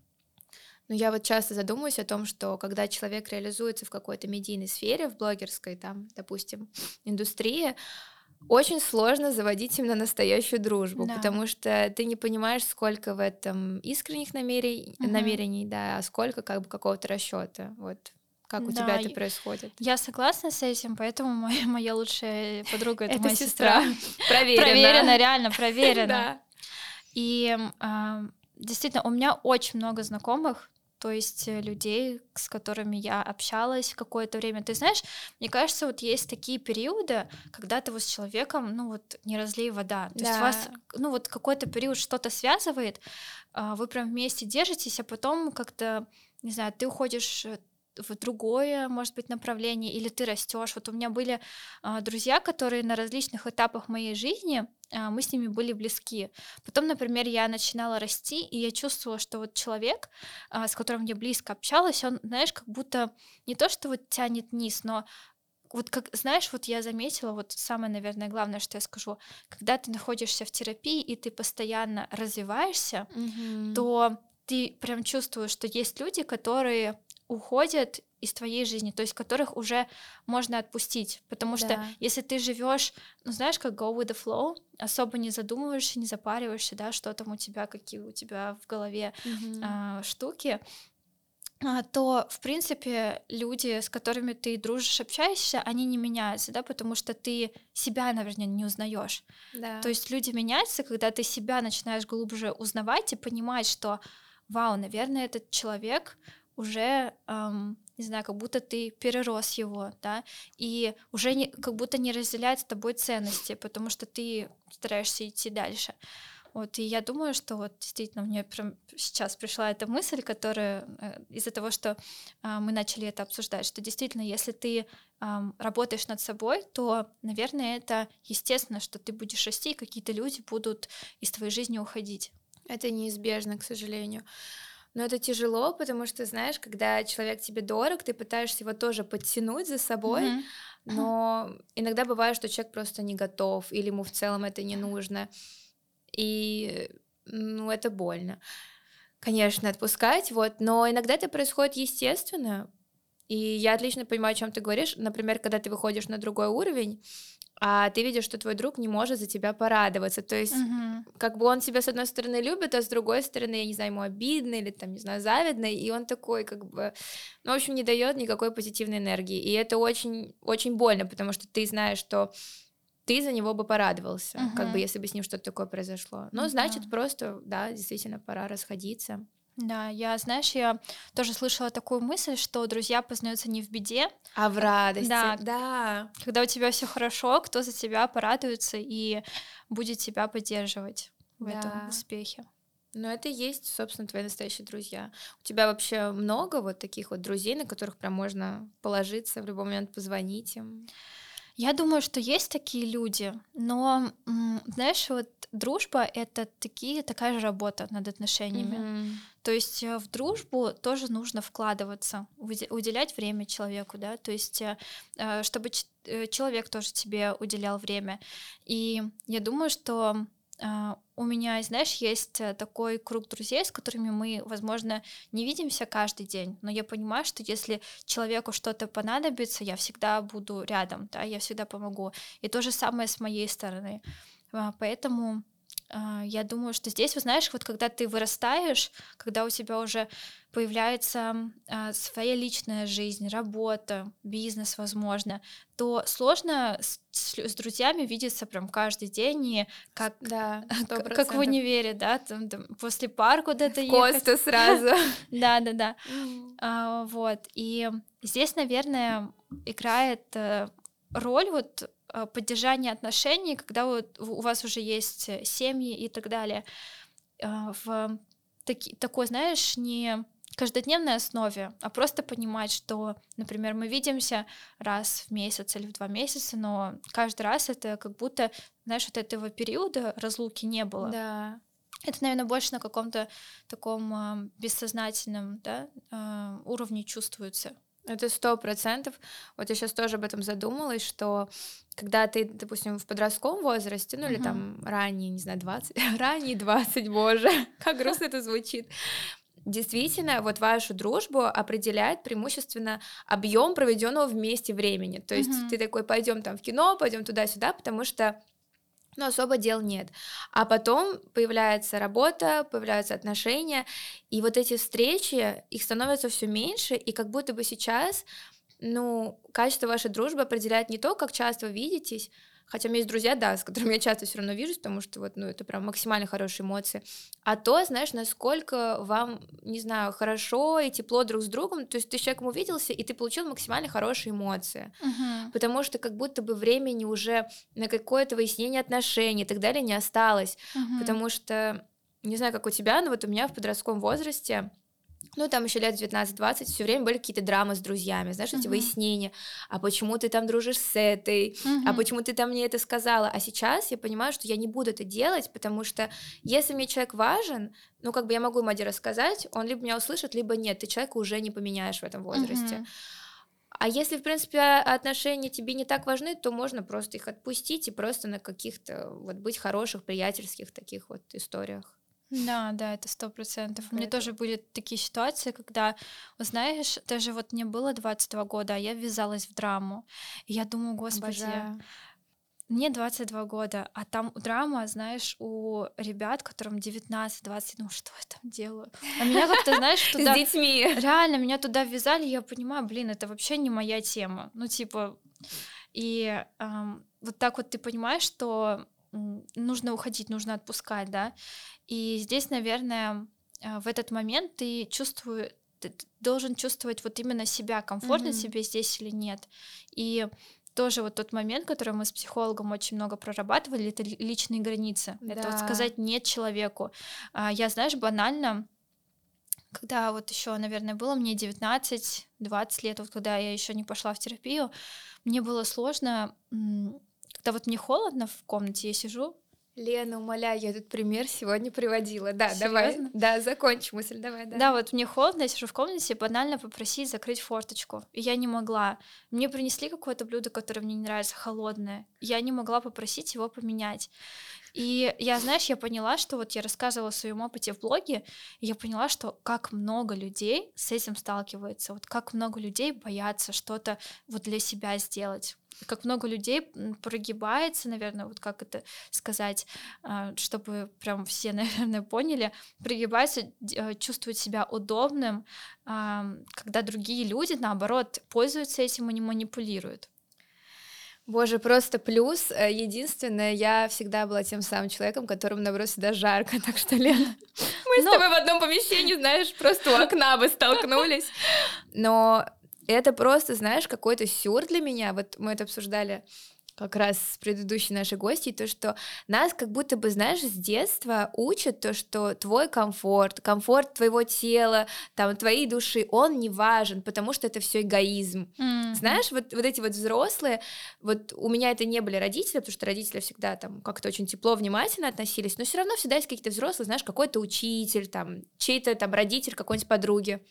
ну, я вот часто задумываюсь о том, что когда человек реализуется в какой-то медийной сфере, в блогерской, там, допустим, индустрии, очень сложно заводить именно настоящую дружбу, Да. потому что ты не понимаешь, сколько в этом искренних намерений, Мгм. намерений, да, а сколько как бы какого-то расчета. Вот как у тебя Да, это происходит? я согласна с этим, поэтому моя моя лучшая подруга — это Это моя сестра. сестра, Проверено, проверено. реально проверено. Да. И, м, а, действительно, у меня очень много знакомых, то есть, э, людей, с которыми я общалась какое-то время. Ты знаешь, мне кажется, вот есть такие периоды, когда ты вот с человеком, ну вот не разлей вода. То есть вас, Да. к ну вот какой-то период что-то связывает, а, вы прям вместе держитесь, а потом как-то, не знаю, ты уходишь, э, в другое, может быть, направление, или ты растешь. Вот у меня были, а, друзья, которые на различных этапах моей жизни, а, мы с ними были близки. Потом, например, я начинала расти, и я чувствовала, что вот человек, а, с которым я близко общалась, он, знаешь, как будто не то, что вот тянет вниз, но вот как, знаешь, вот я заметила, вот самое, наверное, главное, что я скажу, когда ты находишься в терапии и ты постоянно развиваешься, Мгм. то ты прям чувствуешь, что есть люди, которые уходят из твоей жизни, то есть которых уже можно отпустить. Потому что Да. если ты живешь, ну знаешь, как go with the flow, особо не задумываешься, не запариваешься, да, что там у тебя, какие у тебя в голове Мгм. а, штуки, а, то, в принципе, люди, с которыми ты дружишь, общаешься, они не меняются, да, потому что ты себя, наверное, не узнаешь. То Да. есть люди меняются, когда ты себя начинаешь глубже узнавать и понимать, что, вау, наверное, этот человек уже, ам, не знаю, как будто ты перерос его, да, и уже не, как будто не разделяет с тобой ценности, потому что ты стараешься идти дальше. Вот, и я думаю, что вот действительно мне прям сейчас пришла эта мысль, которая э, из-за того, что а, мы начали это обсуждать, что действительно, если ты ам, работаешь над собой, то, наверное, это естественно, что ты будешь расти, и какие-то люди будут из твоей жизни уходить. Это неизбежно, к сожалению. Но это тяжело, потому что, знаешь, когда человек тебе дорог, ты пытаешься его тоже подтянуть за собой, Мгм. но иногда бывает, что человек просто не готов, или ему в целом это не нужно. И, ну, это больно. Конечно, отпускать, вот, но иногда это происходит естественно. И я отлично понимаю, о чем ты говоришь. Например, когда ты выходишь на другой уровень, а ты видишь, что твой друг не может за тебя порадоваться. То есть, Мгм. как бы он тебя, с одной стороны, любит, а с другой стороны, я не знаю, ему обидно или там, не знаю, завидно, и он такой, как бы, ну, в общем, не дает никакой позитивной энергии. И это очень, очень больно, потому что ты знаешь, что ты за него бы порадовался, как бы, Мгм. если бы с ним что-то такое произошло. Но Да. значит, просто, да, действительно, пора расходиться. Да, я, знаешь, я тоже слышала такую мысль, что друзья познаются не в беде, А в а, радости, да, да, когда у тебя все хорошо, кто за тебя порадуется и будет тебя поддерживать в этом да. успехе. Но это и есть, собственно, твои настоящие друзья. У тебя вообще много вот таких вот друзей, на которых прям можно положиться, в любой момент позвонить им? Я думаю, что есть такие люди, но, м, знаешь, вот дружба — это такие, такая же работа над отношениями. Мгм. То есть э, в дружбу тоже нужно вкладываться, уде- уделять время человеку, да, то есть э, э, чтобы ч- э, человек тоже тебе уделял время. И я думаю, что а, у меня, знаешь, есть э, такой круг друзей, с которыми мы, возможно, не видимся каждый день, но я понимаю, что если человеку что-то понадобится, я всегда буду рядом, да, я всегда помогу. И то же самое с моей стороны. А, Поэтому а, я думаю, что здесь, вы знаешь, вот когда ты вырастаешь, когда у тебя уже появляется а, своя личная жизнь, работа, бизнес, возможно, то сложно с, с лю- с друзьями видеться прям каждый день и как Да, сто к- как в процентов. универе, да, там, там после пар куда-то В ехать. Косту сразу. Да, да, да. Мгм. А, вот. И здесь, наверное, играет э, роль вот э, поддержания отношений, когда вот у у вас уже есть э, семьи и так далее. А, в таки- такой, знаешь, не каждодневной основе, а просто понимать, что, например, мы видимся раз в месяц или в два месяца, но каждый раз это как будто, знаешь, вот этого периода разлуки не было. Да. Это, наверное, больше на каком-то таком а, бессознательном, да, а, уровне чувствуется. Это сто процентов. Вот я сейчас тоже об этом задумалась, что когда ты, допустим, в подростковом возрасте, ну или Мгм. там ранее, не знаю, двадцать, ранее двадцать, боже, как грустно это звучит. Действительно, вот вашу дружбу определяет преимущественно объем проведенного вместе времени. То есть ты Мгм. такой, пойдем там в кино, пойдем туда-сюда, потому что ну, особо дел нет. А потом появляется работа, появляются отношения, и вот эти встречи, их становится все меньше, и как будто бы сейчас, ну, качество вашей дружбы определяет не то, как часто вы видитесь, хотя у меня есть друзья, да, с которыми я часто все равно вижусь, потому что вот, ну, это прям максимально хорошие эмоции, а то, знаешь, насколько вам, не знаю, хорошо и тепло друг с другом, то есть ты с человеком увиделся, и ты получил максимально хорошие эмоции, Мгм. потому что как будто бы времени уже на какое-то выяснение отношений и так далее не осталось, Мгм. потому что, не знаю, как у тебя, но вот у меня в подростковом возрасте, ну, там еще лет девятнадцать-двадцать, все время были какие-то драмы с друзьями, знаешь, эти Мгм. выяснения, а почему ты там дружишь с этой, а Мгм. почему ты там мне это сказала, а сейчас я понимаю, что я не буду это делать, потому что если мне человек важен, ну, как бы я могу ему один рассказать, он либо меня услышит, либо нет, ты человека уже не поменяешь в этом возрасте. Мгм. А если, в принципе, а- отношения тебе не так важны, то можно просто их отпустить и просто на каких-то вот быть хороших, приятельских таких вот историях. Да, да, это сто процентов. У меня тоже Поэтому были такие ситуации, когда, вот знаешь, даже вот мне было двадцать два года, а я ввязалась в драму. И я думаю, господи, обожаю. мне двадцать два года, а там драма, знаешь, у ребят, которым девятнадцать-двадцать, ну что я там делаю? А меня как-то, знаешь, С туда, детьми. реально меня туда ввязали, и я понимаю, блин, это вообще не моя тема. Ну, типа, и ам, вот так вот ты понимаешь, что м, нужно уходить, нужно отпускать, да. И здесь, наверное, а, в этот момент ты чувствуешь, ты т- должен чувствовать вот именно себя, комфортно Мгм. тебе здесь или нет. И тоже вот тот момент, который мы с психологом очень много прорабатывали, это ли- личные границы. Это вот Да. сказать нет человеку. А, Я, знаешь, банально, когда вот еще, наверное, было мне девятнадцать-двадцать лет, вот когда я еще не пошла в терапию, мне было сложно, м, когда вот мне холодно в комнате, я сижу. Лена, умоляю, я этот пример сегодня приводила. Да, давай. Серьезно? Да, закончи мысль, давай, да. Да, вот мне холодно, я сижу в комнате, банально попросить закрыть форточку. И я не могла. Мне принесли какое-то блюдо, которое мне не нравится, холодное. Я не могла попросить его поменять. И я, знаешь, я поняла, что вот я рассказывала о своем опыте в блоге, и я поняла, что как много людей с этим сталкивается, вот как много людей боятся что-то вот для себя сделать. Как много людей м, прогибается, наверное, вот как это сказать, а, чтобы прям все, наверное, поняли, прогибается, д- э, чувствует себя удобным, ам, когда другие люди, наоборот, пользуются этим и не манипулируют. Боже, просто плюс. Э, Единственное, я всегда была тем самым человеком, которому, наоборот, всегда жарко. Так что, Лена, мы с Ну, тобой в одном помещении, знаешь, просто у окна бы столкнулись. Но это просто, знаешь, какой-то сюр для меня. Вот мы это обсуждали как раз с предыдущей нашей гостьей, то, что нас как будто бы, знаешь, с детства учат то, что твой комфорт, комфорт твоего тела, там, твоей души, он не важен, потому что это все эгоизм. Mm-hmm. Знаешь, вот, вот эти вот взрослые, вот у меня это не были родители, потому что родители всегда там как-то очень тепло, внимательно относились, но все равно всегда есть какие-то взрослые, знаешь, какой-то учитель, там, чей-то там родитель какой-нибудь подруги,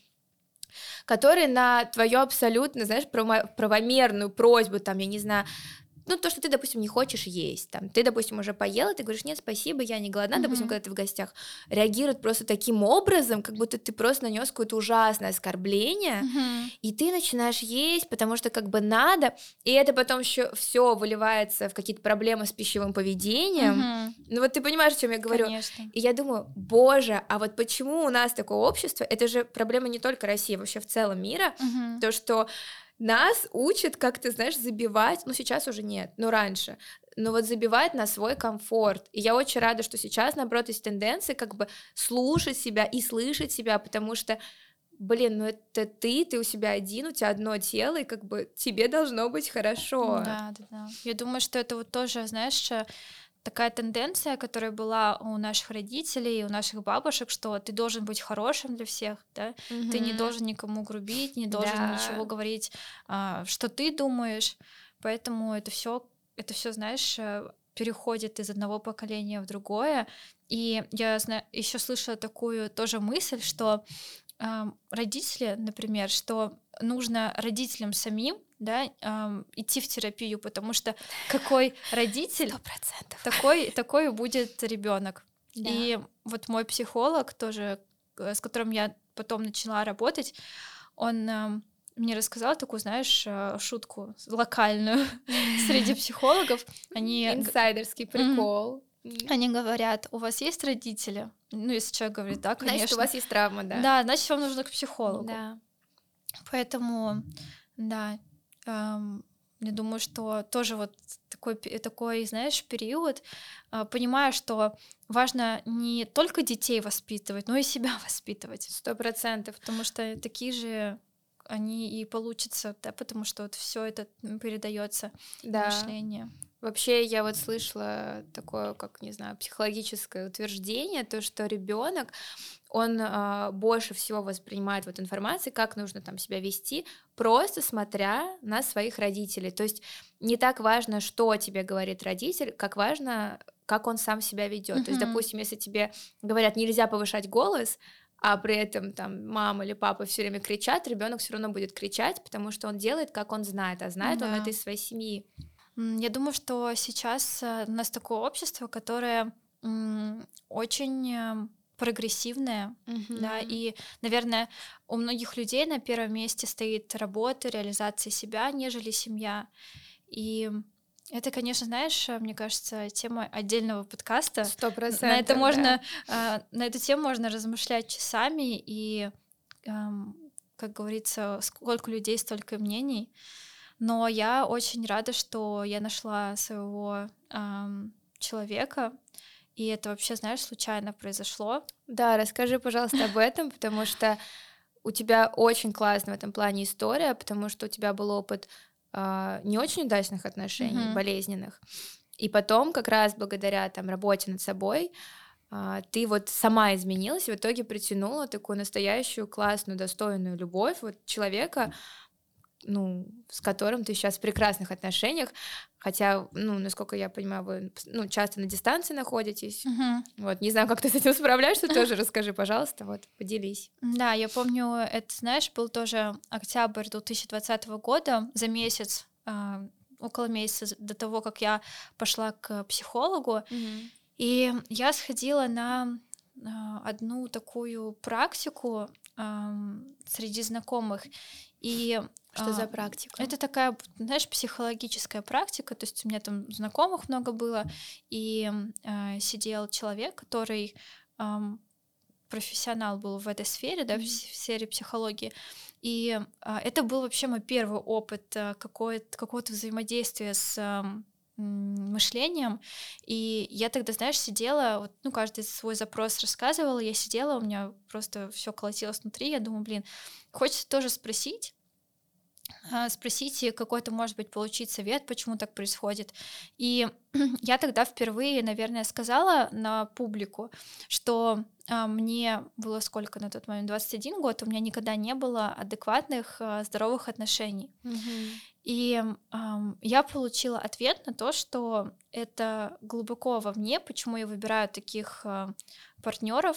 который на твою абсолютно, знаешь, правомерную просьбу, там, я не знаю, ну, то, что ты, допустим, не хочешь есть, там, ты, допустим, уже поела, ты говоришь, нет, спасибо, я не голодна, mm-hmm. допустим, когда ты в гостях, реагирует просто таким образом, как будто ты просто нанес какое-то ужасное оскорбление, mm-hmm. и ты начинаешь есть, потому что как бы надо, и это потом еще все выливается в какие-то проблемы с пищевым поведением, mm-hmm. ну, вот ты понимаешь, о чем я говорю. Конечно. И я думаю, боже, а вот почему у нас такое общество, это же проблема не только России, вообще в целом мира, mm-hmm. то, что нас учат, как ты знаешь, забивать, ну сейчас уже нет, но раньше, но вот забивать на свой комфорт. И я очень рада, что сейчас, наоборот, есть тенденция как бы слушать себя и слышать себя, потому что, блин, ну это ты, ты у себя один, у тебя одно тело, и как бы тебе должно быть хорошо. Да, да, да. Я думаю, что это вот тоже, знаешь, такая тенденция, которая была у наших родителей, у наших бабушек, что ты должен быть хорошим для всех, да, mm-hmm. ты не должен никому грубить, не должен да. ничего говорить, а, что ты думаешь, поэтому это все, это все, знаешь, переходит из одного поколения в другое. И я знаю, еще слышала такую тоже мысль, что э, родители, например, что нужно родителям самим, да, эм, идти в терапию, потому что какой родитель, сто процентов такой, такой будет ребенок. Да. И вот мой психолог тоже, с которым я потом начала работать, он эм, мне рассказал такую, знаешь, шутку локальную среди психологов. Они инсайдерский прикол. Они говорят, у вас есть родители? Ну, если человек говорит, да, конечно. Значит, у вас есть травма, да. Да, значит, вам нужно к психологу. Да. Поэтому, да, эм, я думаю, что тоже вот такой, такой, знаешь, период, э, понимаю, что важно не только детей воспитывать, но и себя воспитывать. Сто процентов. Потому что такие же они и получатся, да, потому что вот все это передается да. мышление. Вообще, я вот слышала такое, как, не знаю, психологическое утверждение, то, что ребенок, он э, больше всего воспринимает вот информацию, как нужно там себя вести, просто смотря на своих родителей. То есть не так важно, что тебе говорит родитель, как важно, как он сам себя ведет. Mm-hmm. То есть, допустим, если тебе говорят, нельзя повышать голос, а при этом там мама или папа все время кричат, ребенок все равно будет кричать, потому что он делает, как он знает, а знает да. он это из своей семьи. Я думаю, что сейчас у нас такое общество, которое м, очень прогрессивное, mm-hmm. да, и, наверное, у многих людей на первом месте стоит работа, реализация себя, нежели семья. И это, конечно, знаешь, мне кажется, тема отдельного подкаста. Сто процентов. На это можно, да. на эту тему можно размышлять часами, и, как говорится, сколько людей, столько мнений. Но я очень рада, что я нашла своего эм, человека, и это вообще, знаешь, случайно произошло. Да, расскажи, пожалуйста, об этом, потому что у тебя очень классная в этом плане история, потому что у тебя был опыт э, не очень удачных отношений, mm-hmm. болезненных, и потом как раз благодаря там работе над собой э, ты вот сама изменилась и в итоге притянула такую настоящую классную, достойную любовь вот человека, ну, с которым ты сейчас в прекрасных отношениях, хотя, ну, насколько я понимаю, вы ну, часто на дистанции находитесь. Uh-huh. Вот, не знаю, как ты с этим справляешься, тоже расскажи, пожалуйста, вот, поделись. Да, я помню, это, знаешь, был тоже октябрь две тысячи двадцатого года, за месяц, э, около месяца до того, как я пошла к психологу, uh-huh. и я сходила на э, одну такую практику э, среди знакомых, и что за практика? Это такая, знаешь, психологическая практика, то есть у меня там знакомых много было, и э, сидел человек, который э, профессионал был в этой сфере, да, mm-hmm. в, в сфере психологии, и э, это был вообще мой первый опыт э, какого-то, какого-то взаимодействия с э, мышлением, и я тогда, знаешь, сидела, вот, ну, каждый свой запрос рассказывала, я сидела, у меня просто все колотилось внутри, я думаю, блин, хочется тоже спросить, а, спросить и какой-то, может быть, получить совет, почему так происходит. И я тогда впервые, наверное, сказала на публику, что а, мне было сколько на тот момент, двадцать один год, у меня никогда не было адекватных, а, здоровых отношений. Мгм. И ам, я получила ответ на то, что это глубоко во мне, почему я выбираю таких партнеров,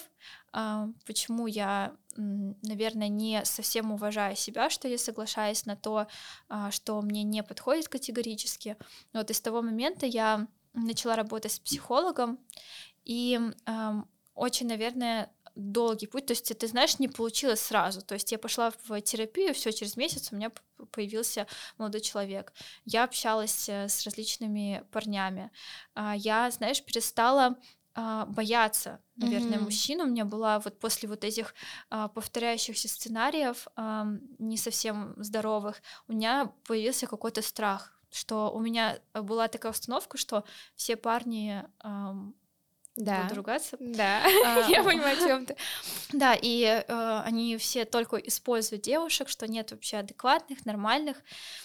почему я, м, наверное, не совсем уважаю себя, что я соглашаюсь на то, а, что мне не подходит категорически. Вот из того момента я начала работать с психологом, и ам, очень, наверное, долгий путь. То есть, ты знаешь, не получилось сразу. То есть я пошла в терапию, все через месяц у меня п- появился молодой человек. Я общалась э, с различными парнями. А, Я, знаешь, перестала а, бояться, наверное, Мгм. мужчин. У меня была вот после вот этих а, повторяющихся сценариев, ам, не совсем здоровых, у меня появился какой-то страх, что у меня э, была такая установка, что все парни, ам, буду Да, ругаться, да, а, я у- понимаю, о чем ты. да, и э, они все только используют девушек, что нет вообще адекватных, нормальных,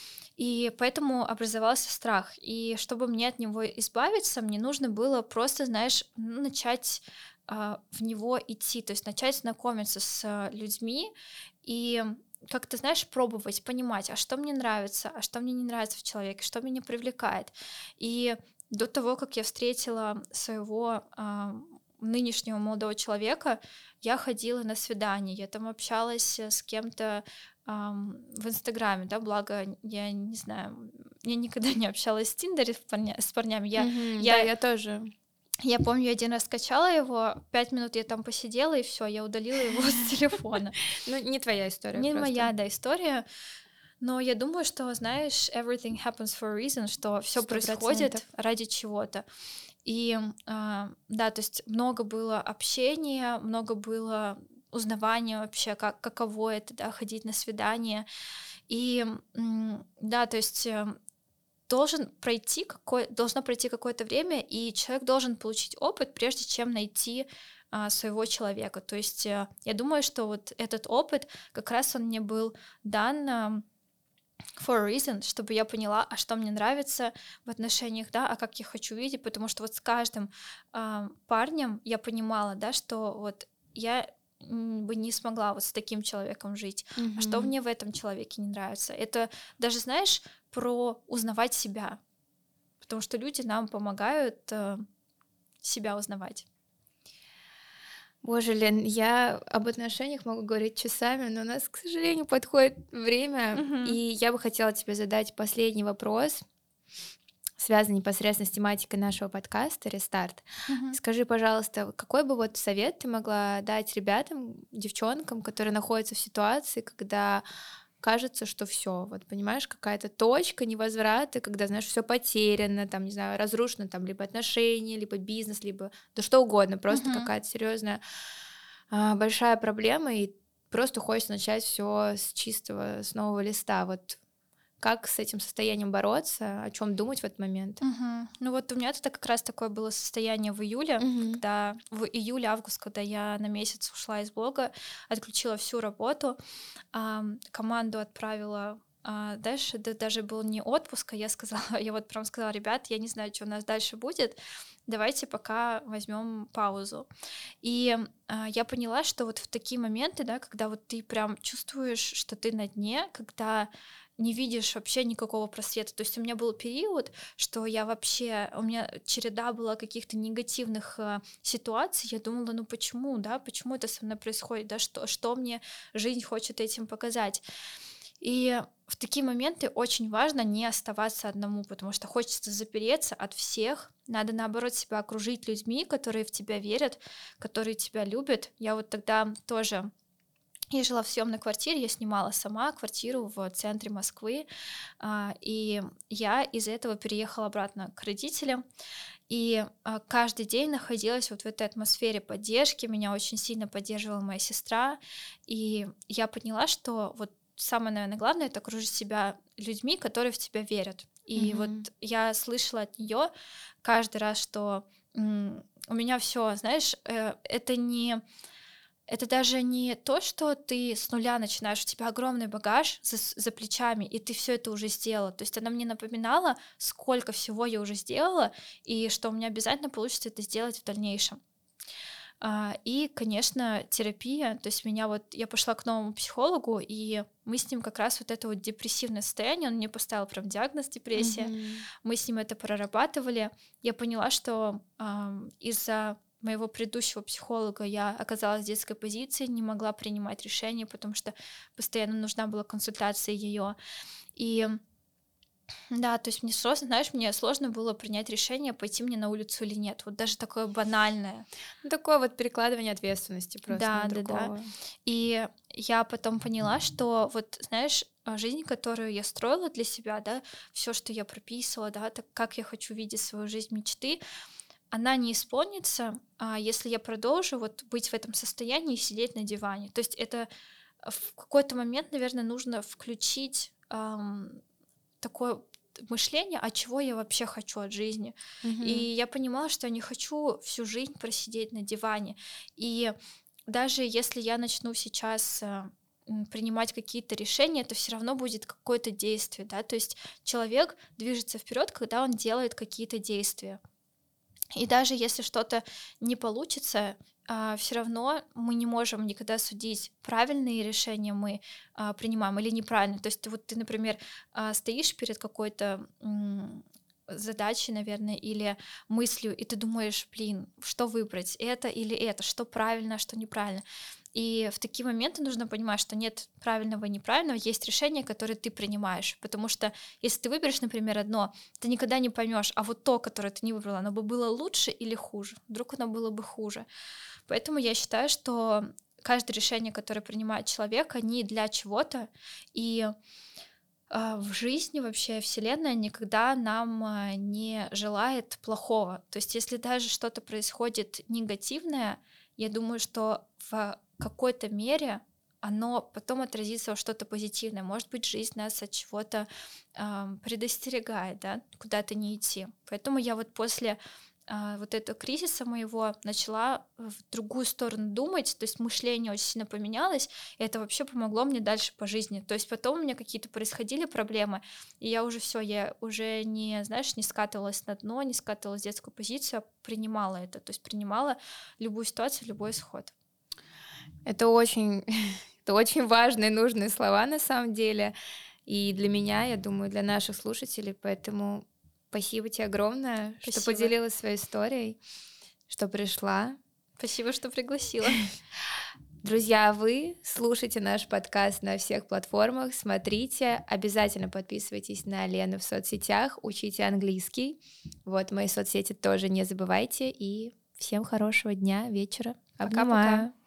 и поэтому образовался страх. И чтобы мне от него избавиться, мне нужно было просто, знаешь, ну, начать а, в него идти, то есть начать знакомиться с а, людьми и как-то, знаешь, пробовать, понимать, а что мне нравится, а что мне не нравится в человеке, что меня привлекает. И до того, как я встретила своего а, нынешнего молодого человека, я ходила на свидания, я там общалась э, с кем-то ам, в Инстаграме, да, благо я не знаю, я никогда не общалась в Тиндере с, парня- с парнями. Я, Мгм. Да, я, я тоже. я помню, я один раз скачала его, пять минут я там посидела, и все, я удалила его с телефона. Ну, не твоя история Не просто. моя, да, история, но я думаю, что, знаешь, everything happens for a reason, что все Сто процентов. происходит ради чего-то. И а, да, то есть много было общения, много было узнавания вообще, как, каково это, да, ходить на свидание. И м, да, то есть э, должен пройти какой, должно пройти какое-то время, и человек должен получить опыт, прежде чем найти а, своего человека. То есть э, я думаю, что вот этот опыт, как раз он мне был дан а, for a reason, чтобы я поняла, а что мне нравится в отношениях, да, а как я хочу видеть, потому что вот с каждым а, парнем я понимала, да, что вот я м, бы не смогла вот с таким человеком жить, а что Мгм. мне в этом человеке не нравится. Это даже, знаешь, про узнавать себя, потому что люди нам помогают э, себя узнавать. Боже, Лен, я об отношениях могу говорить часами, но у нас, к сожалению, подходит время, и Мгм. я бы хотела тебе задать последний вопрос, связанный непосредственно с тематикой нашего подкаста «Рестарт». Мгм. Скажи, пожалуйста, какой бы вот совет ты могла дать ребятам, девчонкам, которые находятся в ситуации, когда кажется, что все, вот понимаешь, какая-то точка невозврата, когда, знаешь, все потеряно, там, не знаю, разрушено там либо отношения, либо бизнес, либо да что угодно, просто Мгм. какая-то серьезная а, большая проблема, и просто хочется начать все с чистого, с нового листа. Вот как с этим состоянием бороться, о чем думать в этот момент? Мгм. Ну вот у меня это как раз такое было состояние в июле, Мгм. когда в июле-август, когда я на месяц ушла из блога, отключила всю работу, ам, команду отправила а, дальше, да, даже был не отпуск, а я сказала, я вот прям сказала, ребят, я не знаю, что у нас дальше будет, давайте пока возьмем паузу. И а, я поняла, что вот в такие моменты, да, когда вот ты прям чувствуешь, что ты на дне, когда не видишь вообще никакого просвета. То есть у меня был период, что я вообще, у меня череда была каких-то негативных э, ситуаций. Я думала, ну почему, да, почему это со мной происходит, да, что, что мне жизнь хочет этим показать. И в такие моменты очень важно не оставаться одному, потому что хочется запереться от всех. Надо, наоборот, себя окружить людьми, которые в тебя верят, которые тебя любят. Я вот тогда тоже я жила в съемной квартире, я снимала сама квартиру в центре Москвы, а, и я из-за этого переехала обратно к родителям, и а, каждый день находилась вот в этой атмосфере поддержки, меня очень сильно поддерживала моя сестра, и я поняла, что вот самое, наверное, главное — это окружить себя людьми, которые в тебя верят. И вот Мгм. я слышала от нее каждый раз, что м, у меня все, знаешь, э, это не это даже не то, что ты с нуля начинаешь, у тебя огромный багаж за, за плечами, и ты все это уже сделала. То есть она мне напоминала, сколько всего я уже сделала, и что у меня обязательно получится это сделать в дальнейшем. А, и, конечно, терапия. То есть меня вот я пошла к новому психологу, и мы с ним как раз вот это вот депрессивное состояние, он мне поставил прям диагноз депрессия. Мгм. Мы с ним это прорабатывали. Я поняла, что ам, из-за моего предыдущего психолога я оказалась в детской позиции, не могла принимать решения, потому что постоянно нужна была консультация ее. И да, то есть мне сложно, знаешь, мне сложно было принять решение, пойти мне на улицу или нет. Вот даже такое банальное. Ну, такое вот перекладывание ответственности просто Да, на да, да. другого. И я потом поняла, что вот, знаешь, а, жизнь, которую я строила для себя, да, все, что я прописывала, да, так как я хочу видеть свою жизнь мечты, она не исполнится, а если я продолжу вот быть в этом состоянии и сидеть на диване. То есть это в какой-то момент, наверное, нужно включить ам, такое мышление, а чего я вообще хочу от жизни. Мгм. И я понимала, что я не хочу всю жизнь просидеть на диване. И даже если я начну сейчас э, м, принимать какие-то решения, это все равно будет какое-то действие, да, то есть человек движется вперед, когда он делает какие-то действия. И даже если что-то не получится, все равно мы не можем никогда судить, правильные решения мы а, принимаем или неправильные. То есть вот ты, например, а, стоишь перед какой-то м, задачей, наверное, или мыслью, и ты думаешь, блин, что выбрать, это или это, что правильно, а что неправильно. И в такие моменты нужно понимать, что нет правильного и неправильного, есть решение, которое ты принимаешь. Потому что если ты выберешь, например, одно, ты никогда не поймешь, а вот то, которое ты не выбрала, оно бы было лучше или хуже. Вдруг оно было бы хуже. Поэтому я считаю, что каждое решение, которое принимает человек, они для чего-то. И а, в жизни вообще Вселенная никогда нам а, не желает плохого. То есть если даже что-то происходит негативное, я думаю, что в какой-то мере оно потом отразится во что-то позитивное. Может быть, жизнь нас от чего-то ам, предостерегает, да, куда-то не идти. Поэтому я вот после а, вот этого кризиса моего начала в другую сторону думать, то есть мышление очень сильно поменялось, и это вообще помогло мне дальше по жизни. То есть потом у меня какие-то происходили проблемы, и я уже все, я уже не, знаешь, не скатывалась на дно, не скатывалась в детскую позицию, а принимала это, то есть принимала любую ситуацию, любой исход. Это очень, это очень важные, нужные слова на самом деле. И для меня, я думаю, для наших слушателей. Поэтому спасибо тебе огромное, что Спасибо. поделилась своей историей, что пришла. Спасибо, что пригласила. Друзья, вы слушайте наш подкаст на всех платформах, смотрите, обязательно подписывайтесь на Лену в соцсетях, учите английский. Вот мои соцсети тоже не забывайте. И всем хорошего дня, вечера. Пока-пока. Обнимаю.